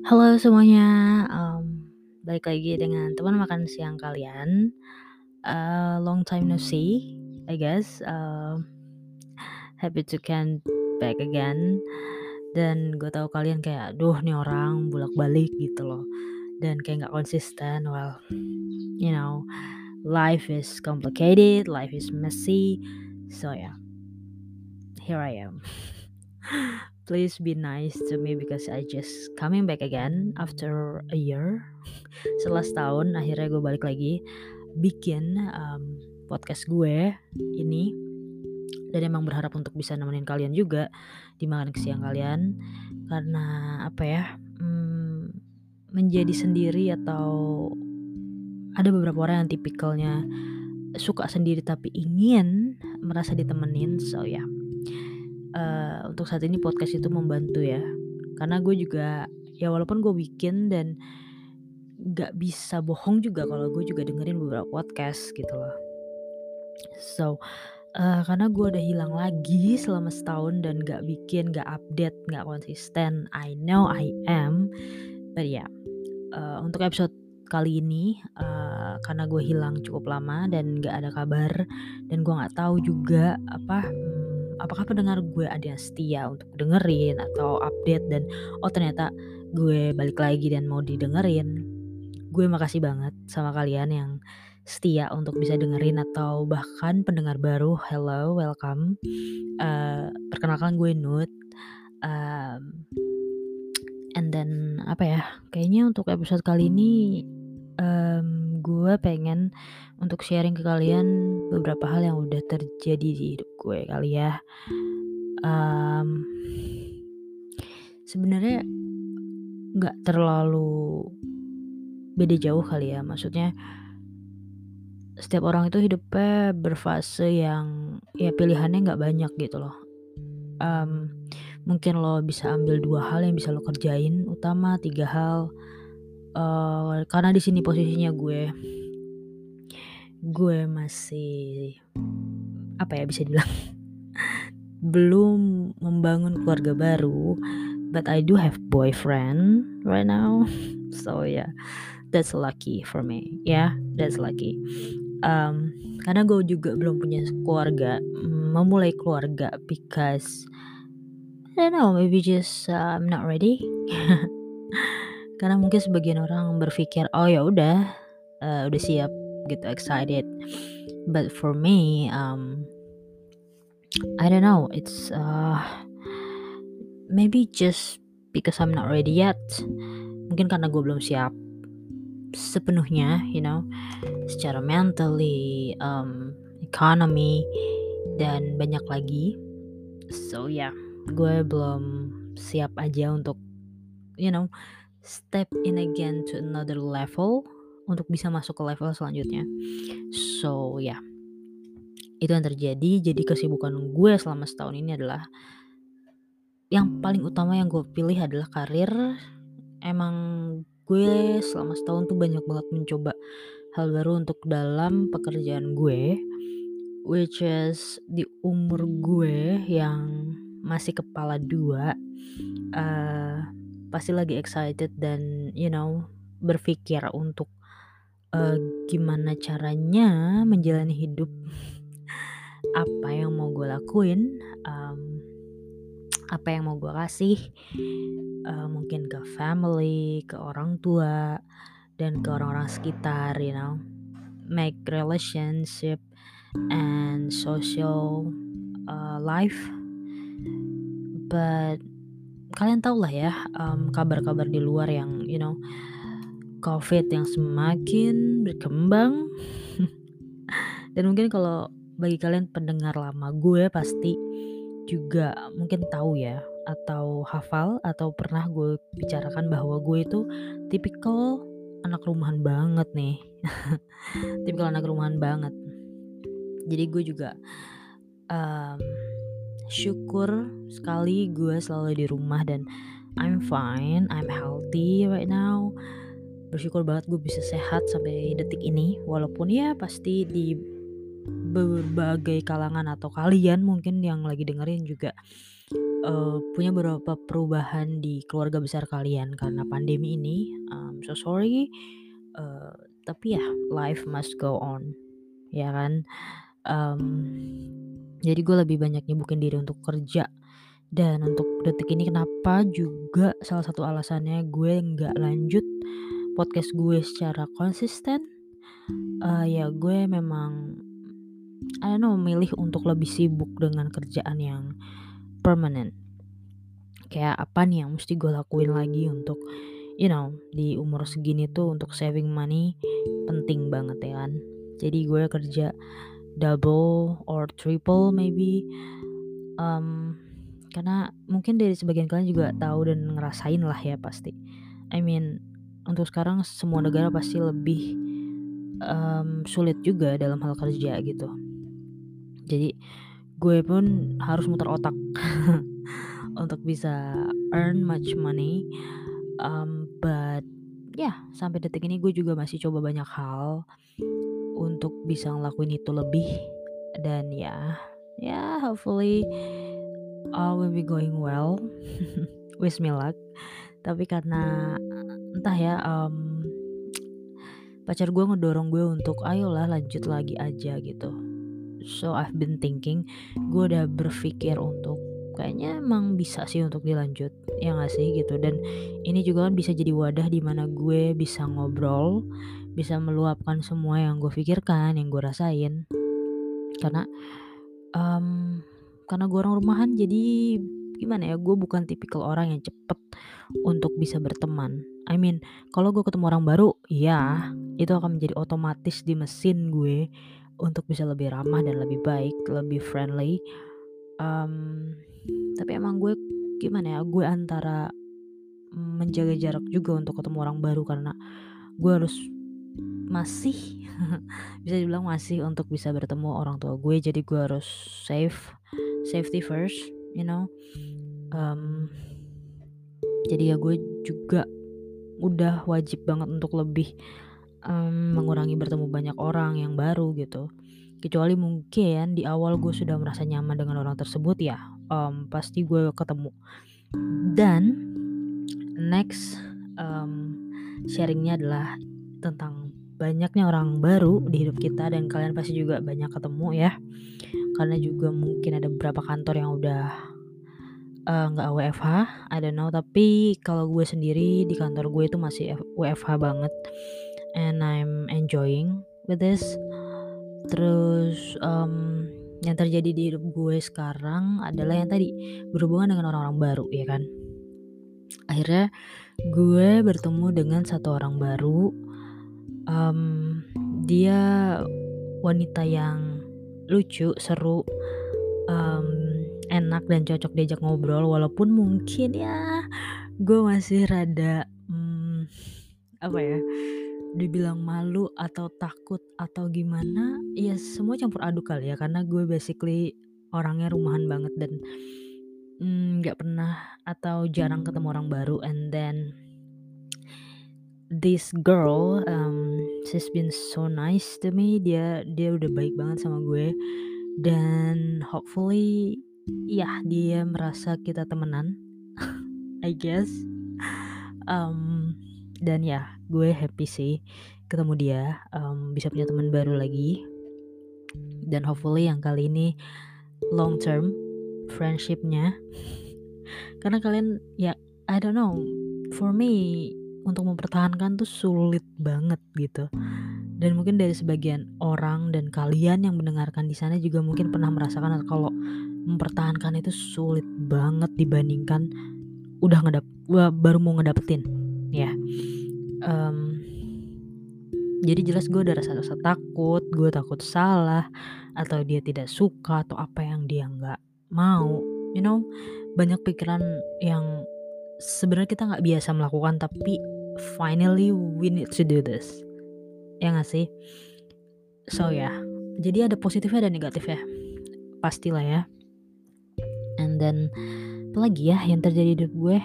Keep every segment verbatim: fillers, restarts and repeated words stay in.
Halo semuanya, mmm, balik lagi dengan teman makan siang kalian. Eee, long time no see, I guess, eee, happy to can back again. Dan gue tahu kalian kayak, "Duh nih orang bolak-balik," gitu loh, dan kayak nggak konsisten. Well, you know, life is complicated, life is messy, so yeah, here I am. Please be nice to me because I just coming back again after a year. Setelah setahun akhirnya gue balik lagi bikin, mmm, podcast gue ini, dan emang berharap untuk bisa nemenin kalian juga di makan siang kalian. Karena apa ya, mmm, menjadi sendiri atau ada beberapa orang yang tipikalnya suka sendiri tapi ingin merasa ditemenin, so ya, eee, untuk saat ini podcast itu membantu ya. Karena gue juga ya walaupun gue bikin dan nggak bisa bohong juga kalau gue juga dengerin beberapa podcast gitu loh. So, eee, karena gue udah hilang lagi selama setahun dan nggak bikin, nggak update, nggak konsisten. I know I am, but yeah, eee, untuk episode kali ini, eee, karena gue hilang cukup lama dan nggak ada kabar dan gue nggak tahu juga apa, mmm, apakah pendengar gue ada yang setia untuk dengerin atau update dan, oh ternyata gue balik lagi dan mau didengerin. Gue makasih banget sama kalian yang setia untuk bisa dengerin atau bahkan pendengar baru, hello, welcome. Eee, perkenalkan gue Nut, mmm, and then apa ya, kayaknya untuk episode kali ini, mmm, gue pengen untuk sharing ke kalian beberapa hal yang udah terjadi di hidup gue kali ya. Mmm, sebenarnya nggak terlalu beda jauh kali ya, maksudnya setiap orang itu hidupnya berfase yang ya pilihannya nggak banyak gitu loh. Mmm, mungkin lo bisa ambil dua hal yang bisa lo kerjain utama, tiga hal, eee, karena di sini posisinya gue gue masih, apa ya, bisa dibilang belum membangun keluarga baru, but I do have boyfriend right now. So yeah, that's lucky for me, yeah, that's lucky. Mmm, karena gue juga belum punya keluarga, mmm, memulai keluarga because I don't know, maybe just, uh, I'm not ready. Karena mungkin sebagian orang berpikir, "Oh ya udah, eee, udah siap gitu, excited." But for me, um, I don't know, it's, uh, maybe just because I'm not ready yet. Mungkin karena gue belum siap sepenuhnya, you know, secara mentally, um, economy, dan banyak lagi. So yeah, gue belum siap aja untuk, you know, step in again to another level untuk bisa masuk ke level selanjutnya. So yeah, itu yang terjadi. Jadi kesibukan gue selama setahun ini adalah yang paling utama yang gue pilih adalah karir. Emang gue selama setahun tuh banyak banget mencoba hal baru untuk dalam pekerjaan gue, which is di umur gue yang masih kepala dua, eee, pasti lagi excited dan you know, berpikir untuk, eee, gimana caranya menjalani hidup, apa yang mau gue lakuin, mmm, apa yang mau gue kasih, eee, mungkin ke family, ke orang tua, dan ke orang-orang sekitar, you know, make relationship and social, eee, life. But kalian tahu lah ya, mmm, kabar-kabar di luar yang you know, Covid yang semakin berkembang. Dan mungkin kalau bagi kalian pendengar lama gue pasti juga mungkin tahu ya, atau hafal atau pernah gue bicarakan bahwa gue itu tipikal anak rumahan banget nih. Tipikal anak rumahan banget. Jadi gue juga, mmm, syukur sekali gue selalu di rumah dan I'm fine, I'm healthy right now. Bersyukur banget gue bisa sehat sampai detik ini, walaupun ya pasti di berbagai kalangan atau kalian mungkin yang lagi dengerin juga, uh, punya beberapa perubahan di keluarga besar kalian karena pandemi ini. Um, so sorry, uh, tapi ya life must go on, ya kan. Um, jadi gue lebih banyak nyibukin diri untuk kerja. Dan untuk detik ini kenapa juga salah satu alasannya gue nggak lanjut podcast gue secara konsisten, uh, ya gue memang I don't know memilih untuk lebih sibuk dengan kerjaan yang permanent. Kayak apa nih yang mesti gue lakuin lagi untuk you know di umur segini tuh untuk saving money penting banget ya kan. Jadi gue kerja double or triple maybe, um, karena mungkin dari sebagian kalian juga tahu dan ngerasain lah ya pasti. I mean untuk sekarang semua negara pasti lebih um, sulit juga dalam hal kerja gitu. Jadi gue pun harus muter otak untuk bisa earn much money. Um, but ya yeah, sampai detik ini gue juga masih coba banyak hal untuk bisa ngelakuin itu lebih. Dan ya ya yeah, hopefully all will be going well. Wish me luck. Tapi karena entah ya um, pacar gue ngedorong gue untuk ayolah lanjut lagi aja gitu. So I've been thinking, gue udah berpikir untuk kayaknya emang bisa sih untuk dilanjut, ya gak sih gitu. Dan ini juga kan bisa jadi wadah dimana gue bisa ngobrol, bisa meluapkan semua yang gue pikirkan, yang gue rasain. Karena um, karena gue orang rumahan, jadi gimana ya, gue bukan tipikal orang yang cepet untuk bisa berteman. I mean kalau gue ketemu orang baru, ya itu akan menjadi otomatis di mesin gue untuk bisa lebih ramah dan lebih baik, lebih friendly. Um, tapi emang gue gimana ya, gue antara menjaga jarak juga untuk ketemu orang baru karena gue harus masih bisa dibilang masih untuk bisa bertemu orang tua gue. Jadi gue harus safe, safety first, you know. Um, jadi ya gue juga udah wajib banget untuk lebih um, mengurangi bertemu banyak orang yang baru gitu. Kecuali mungkin di awal gue sudah merasa nyaman dengan orang tersebut ya, um, pasti gue ketemu. Dan next um, sharingnya adalah tentang banyaknya orang baru di hidup kita. Dan kalian pasti juga banyak ketemu ya, karena juga mungkin ada beberapa kantor yang udah nggak uh, W F H, I don't know. Tapi kalau gue sendiri di kantor gue itu masih W F H banget, and I'm enjoying with this. Terus um, yang terjadi di hidup gue sekarang adalah yang tadi berhubungan dengan orang-orang baru, ya kan. Akhirnya gue bertemu dengan satu orang baru. Um, dia wanita yang lucu, seru, um, enak dan cocok diajak ngobrol. Walaupun mungkin ya gue masih rada hmm, apa ya, dibilang malu atau takut atau gimana, ya semua campur aduk kali ya. Karena gue basically orangnya rumahan banget dan nggak mm, pernah atau jarang ketemu orang baru. And then this girl, um, she's been so nice to me. Dia dia udah baik banget sama gue. Dan hopefully ya dia merasa kita temenan, I guess. Um, dan ya gue happy sih ketemu dia, um, bisa punya teman baru lagi. Dan hopefully yang kali ini long term friendshipnya. Karena kalian ya I don't know, for me untuk mempertahankan tuh sulit banget gitu. Dan mungkin dari sebagian orang dan kalian yang mendengarkan di sana juga mungkin pernah merasakan kalau mempertahankan itu sulit banget dibandingkan udah ngedap baru mau ngedapetin ya. Um, jadi jelas gue ada rasa-rasa takut, gue takut salah atau dia tidak suka atau apa yang dia nggak mau, you know. Banyak pikiran yang sebenarnya kita nggak biasa melakukan, tapi finally we need to do this, ya nggak sih? So ya, yeah. Jadi ada positifnya dan negatifnya, pastilah ya. And then apa lagi ya yang terjadi di hidup gue?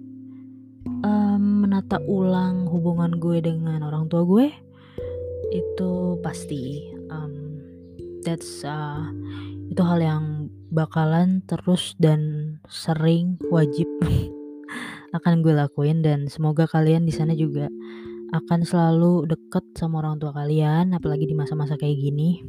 Um, menata ulang hubungan gue dengan orang tua gue itu pasti, um, that's uh, itu hal yang bakalan terus dan sering wajib akan gue lakuin, dan semoga kalian di sana juga akan selalu deket sama orang tua kalian, apalagi di masa-masa kayak gini.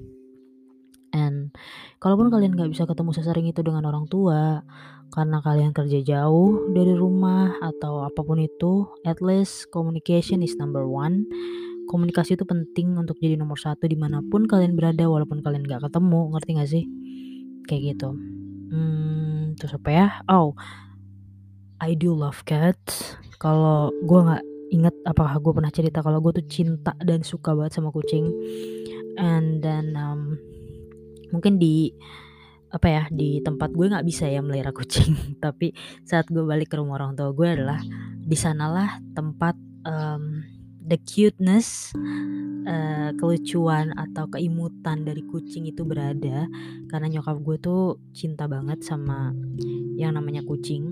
And kalaupun kalian gak bisa ketemu sesering itu dengan orang tua karena kalian kerja jauh dari rumah atau apapun itu, at least communication is number one. Komunikasi itu penting untuk jadi nomor satu dimanapun kalian berada, walaupun kalian gak ketemu. Ngerti gak sih? Kayak gitu. Hmm, terus apa ya? Oh, I do love cats. Kalau gue gak inget apakah gue pernah cerita kalau gue tuh cinta dan suka banget sama kucing. And then um, mungkin di apa ya di tempat gue nggak bisa ya melihara kucing, tapi saat gue balik ke rumah orang tua gue adalah di sanalah tempat um, the cuteness, uh, kelucuan atau keimutan dari kucing itu berada, karena nyokap gue tuh cinta banget sama yang namanya kucing,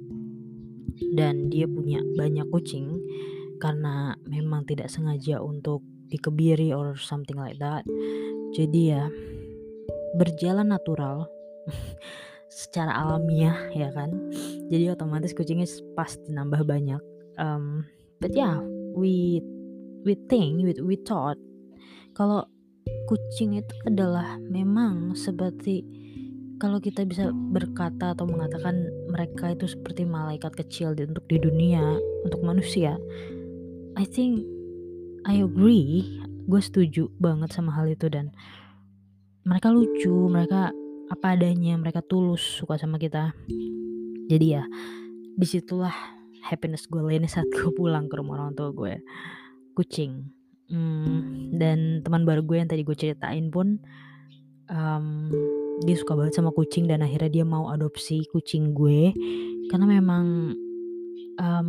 dan dia punya banyak kucing karena memang tidak sengaja untuk dikebiri or something like that. Jadi ya berjalan natural secara alamiah ya kan, jadi otomatis kucingnya pasti nambah banyak. um, but yeah, we we think we, we thought kalau kucing itu adalah memang seperti, kalau kita bisa berkata atau mengatakan mereka itu seperti malaikat kecil di, untuk di dunia, untuk manusia. I think I agree, gue setuju banget sama hal itu. Dan mereka lucu, mereka apa adanya, mereka tulus suka sama kita. Jadi ya disitulah happiness gue lainnya saat gue pulang ke rumah orang tua gue, kucing. hmm, Dan teman baru gue yang tadi gue ceritain pun um, dia suka banget sama kucing, dan akhirnya dia mau adopsi kucing gue karena memang um,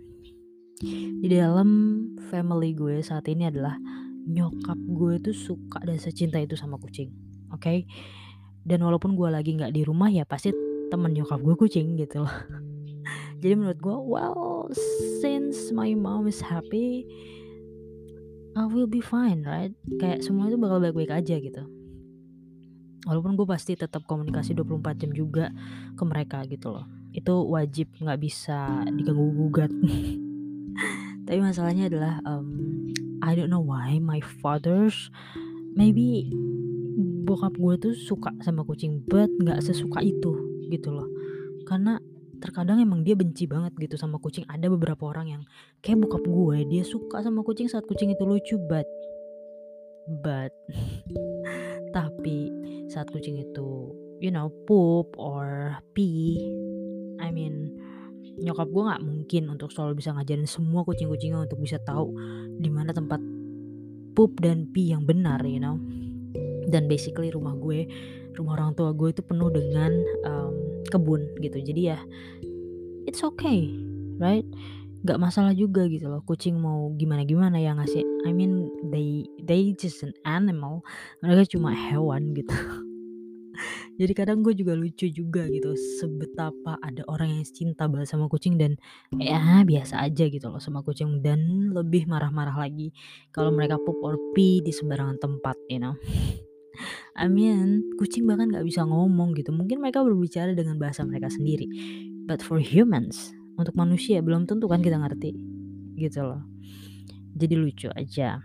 di dalam family gue saat ini adalah nyokap gue tuh suka dan secinta itu sama kucing. Oke, okay? Dan walaupun gue lagi gak di rumah ya pasti temen nyokap gue kucing gitu loh. Jadi menurut gue, well, since my mom is happy, I will be fine, right? Kayak semua itu bakal baik-baik aja gitu. Walaupun gue pasti tetap komunikasi dua puluh empat jam juga ke mereka gitu loh. Itu wajib, gak bisa diganggu-gugat. Tapi masalahnya adalah um, I don't know why my fathers, maybe bokap gue tuh suka sama kucing, but gak sesuka itu gitu loh. Karena terkadang emang dia benci banget gitu sama kucing. Ada beberapa orang yang kayak bokap gue, dia suka sama kucing saat kucing itu lucu, but but tapi saat kucing itu you know poop or pee, I mean nyokap gue nggak mungkin untuk selalu bisa ngajarin semua kucing-kucingnya untuk bisa tahu di mana tempat poop dan pee yang benar, you know. Dan basically rumah gue, rumah orang tua gue itu penuh dengan um, kebun gitu. Jadi ya it's okay, right? Gak masalah juga gitu loh. Kucing mau gimana-gimana ya ngasih. I mean they they just an animal. Mereka cuma hewan gitu. Jadi kadang gue juga lucu juga gitu, sebetapa ada orang yang cinta banget sama kucing dan ya biasa aja gitu loh sama kucing, dan lebih marah-marah lagi kalau mereka poop or pee di sembarangan tempat, you know. I mean kucing bahkan gak bisa ngomong gitu, mungkin mereka berbicara dengan bahasa mereka sendiri, but for humans, untuk manusia belum tentu kan kita ngerti gitu loh. Jadi lucu aja.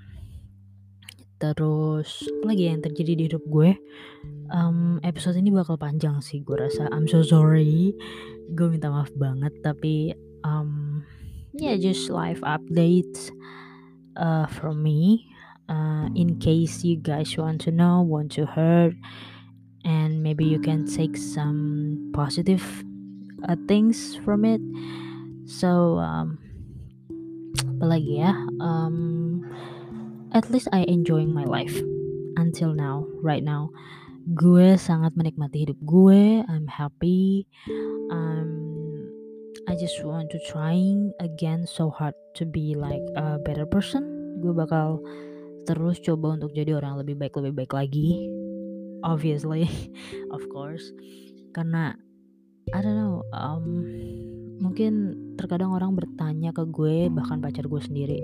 Terus apa lagi yang terjadi di hidup gue? Um, episode ini bakal panjang sih gue rasa. I'm so sorry, gue minta maaf banget. Tapi um, yeah, just life updates uh, from me. Uh, in case you guys want to know, want to hear, and maybe you can take some positive uh, things from it. So um, apa lagi ya? Um, at least I enjoying my life until now, right now. Gue sangat menikmati hidup gue. I'm happy. Um, I just want to trying again so hard to be like a better person. Gue bakal terus coba untuk jadi orang lebih baik lebih baik lagi. Obviously, of course. Karena I don't know. Um, mungkin terkadang orang bertanya ke gue, bahkan pacar gue sendiri,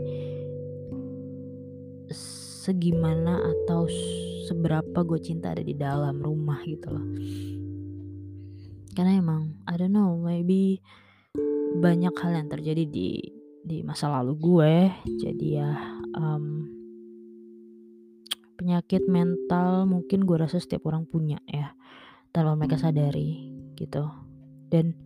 segimana atau seberapa gue cinta ada di dalam rumah gitu loh. Karena emang I don't know, maybe banyak hal yang terjadi di di masa lalu gue, jadi ya, mmm, penyakit mental mungkin gue rasa setiap orang punya ya, tanpa mereka sadari gitu. Dan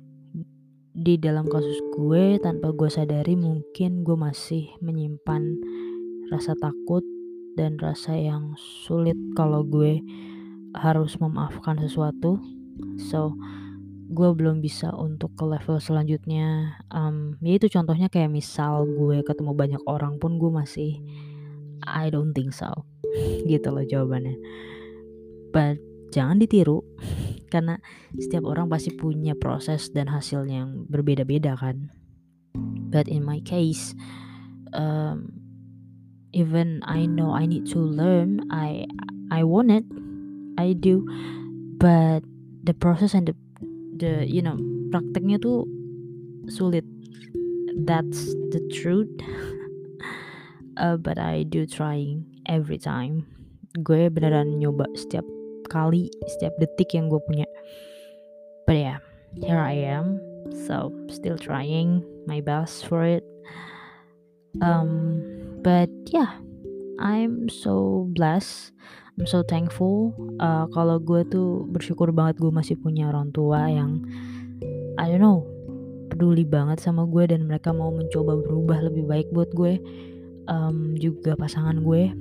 di dalam kasus gue, tanpa gue sadari mungkin gue masih menyimpan rasa takut dan rasa yang sulit kalau gue harus memaafkan sesuatu. So, gue belum bisa untuk ke level selanjutnya, mmm, ya itu contohnya kayak misal gue ketemu banyak orang pun gue masih I don't think so, gitu loh jawabannya. But jangan ditiru, karena setiap orang pasti punya proses dan hasilnya yang berbeda-beda kan. But in my case, um, even I know I need to learn, I I want it, I do, but the process and the the you know prakteknya tuh sulit. That's the truth. uh, but I do trying every time. Gue beneran nyoba setiap kali, setiap detik yang gue punya. But yeah, here I am. So still trying my best for it. Um, but yeah, I'm so blessed. I'm so thankful. Uh, kalau gue tuh bersyukur banget gue masih punya orang tua yang I don't know, peduli banget sama gue dan mereka mau mencoba berubah lebih baik buat gue. Um, juga pasangan gue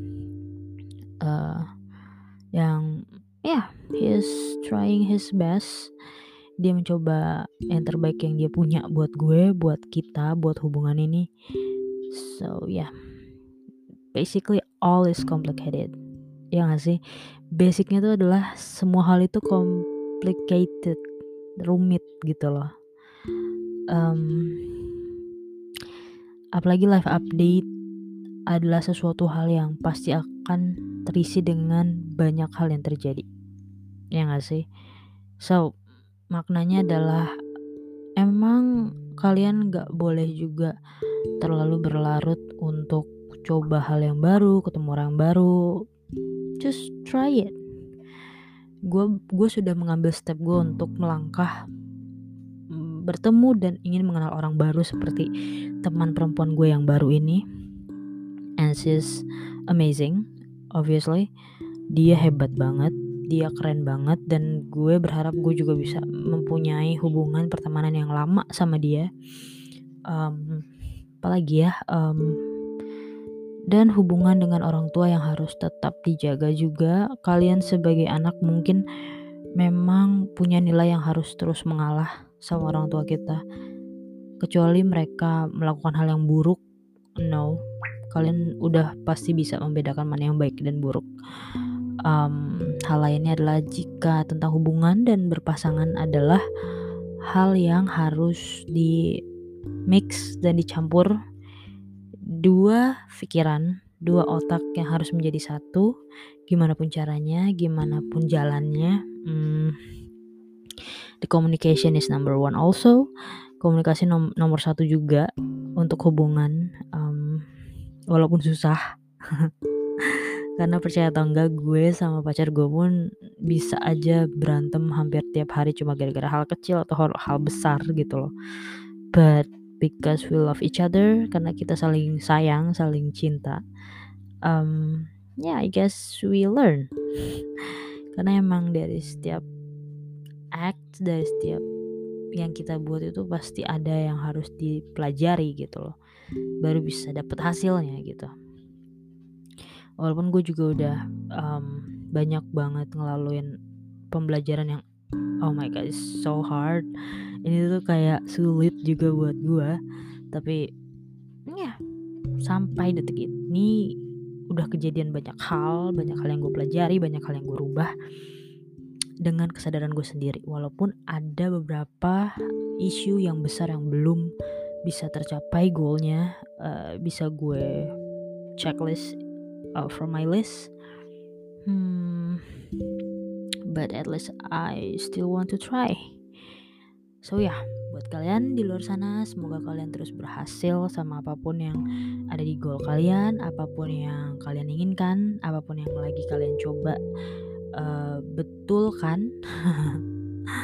uh, yang ya yeah, he is trying his best. Dia mencoba yang terbaik yang dia punya buat gue, buat kita, buat hubungan ini. So yeah, basically all is complicated. Ya gak sih? Basicnya tuh adalah semua hal itu complicated, rumit gitu loh. Um, apalagi live update adalah sesuatu hal yang pasti akan terisi dengan banyak hal yang terjadi. Ya gak sih? So, maknanya adalah emang kalian gak boleh juga terlalu berlarut untuk coba hal yang baru, ketemu orang baru. Just try it. Gue gue sudah mengambil step gue untuk melangkah, bertemu dan ingin mengenal orang baru seperti teman perempuan gue yang baru ini. And she's amazing, obviously. Dia hebat banget, dia keren banget, dan gue berharap gue juga bisa mempunyai hubungan pertemanan yang lama sama dia. Um, apalagi ya, um, dan hubungan dengan orang tua yang harus tetap dijaga juga. Kalian sebagai anak mungkin memang punya nilai yang harus terus mengalah sama orang tua kita, kecuali mereka melakukan hal yang buruk. No, kalian udah pasti bisa membedakan mana yang baik dan buruk. Um, hal lainnya adalah jika tentang hubungan dan berpasangan adalah hal yang harus di mix dan dicampur, dua pikiran, dua otak yang harus menjadi satu. Gimana pun caranya, gimana pun jalannya, hmm, the communication is number one also. Komunikasi nom- nomor satu juga untuk hubungan, um, walaupun susah. Karena percaya atau enggak, gue sama pacar gue pun bisa aja berantem hampir tiap hari cuma gara-gara hal kecil atau hal, hal besar gitu loh. But because we love each other, karena kita saling sayang, saling cinta, um, yeah, I guess we learn. Karena emang dari setiap act, dari setiap yang kita buat itu pasti ada yang harus dipelajari gitu loh, baru bisa dapet hasilnya gitu. Walaupun gue juga udah um, banyak banget ngelaluin pembelajaran yang oh my god, it's so hard. Ini tuh kayak sulit juga buat gue. Tapi ya, sampai detik ini udah kejadian banyak hal, banyak hal yang gue pelajari, banyak hal yang gue rubah dengan kesadaran gue sendiri. Walaupun ada beberapa isu yang besar yang belum bisa tercapai goalnya, uh, bisa gue checklist uh, from my list. Hmm, but at least I still want to try. So ya, yeah, buat kalian di luar sana, semoga kalian terus berhasil sama apapun yang ada di goal kalian, apapun yang kalian inginkan, apapun yang lagi kalian coba uh, betulkan.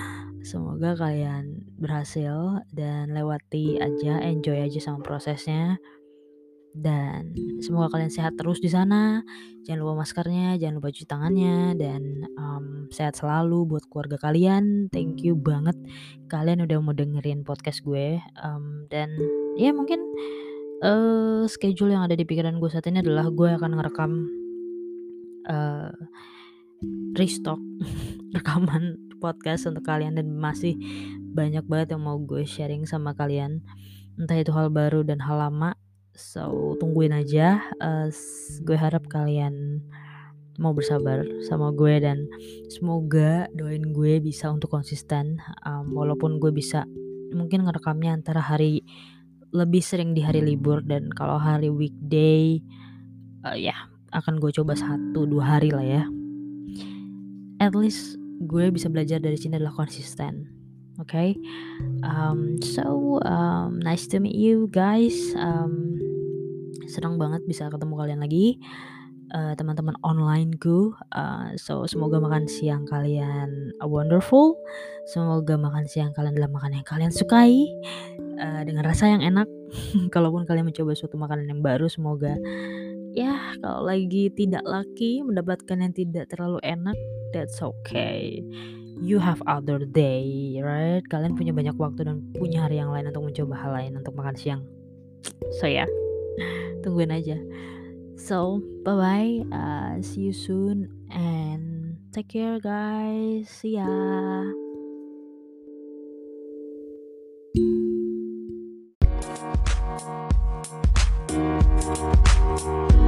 Semoga kalian berhasil dan lewati aja, enjoy aja sama prosesnya. Dan semoga kalian sehat terus di sana. Jangan lupa maskernya, jangan lupa cuci tangannya, dan um, sehat selalu buat keluarga kalian. Thank you banget kalian udah mau dengerin podcast gue. Um, dan ya mungkin uh, schedule yang ada di pikiran gue saat ini adalah gue akan ngerekam uh, restock rekaman podcast untuk kalian, dan masih banyak banget yang mau gue sharing sama kalian, entah itu hal baru dan hal lama. So tungguin aja. uh, gue harap kalian mau bersabar sama gue, dan semoga doain gue bisa untuk konsisten, um, walaupun gue bisa mungkin ngerekamnya antara hari lebih sering di hari libur, dan kalau hari weekday uh, ya akan gue coba satu dua hari lah ya. At least gue bisa belajar dari sini adalah konsisten. Oke, okay? um, so um, nice to meet you guys. Um, senang banget bisa ketemu kalian lagi, uh, teman-teman onlineku. Uh, so semoga makan siang kalian uh, wonderful. Semoga makan siang kalian adalah makanan yang kalian sukai, uh, dengan rasa yang enak. Kalaupun kalian mencoba suatu makanan yang baru, semoga ya kalau lagi tidak lucky mendapatkan yang tidak terlalu enak, that's okay. You have other day, right? Kalian punya banyak waktu dan punya hari yang lain untuk mencoba hal lain untuk makan siang. So ya, yeah, tungguin aja. So bye bye, uh, see you soon and take care guys. See ya.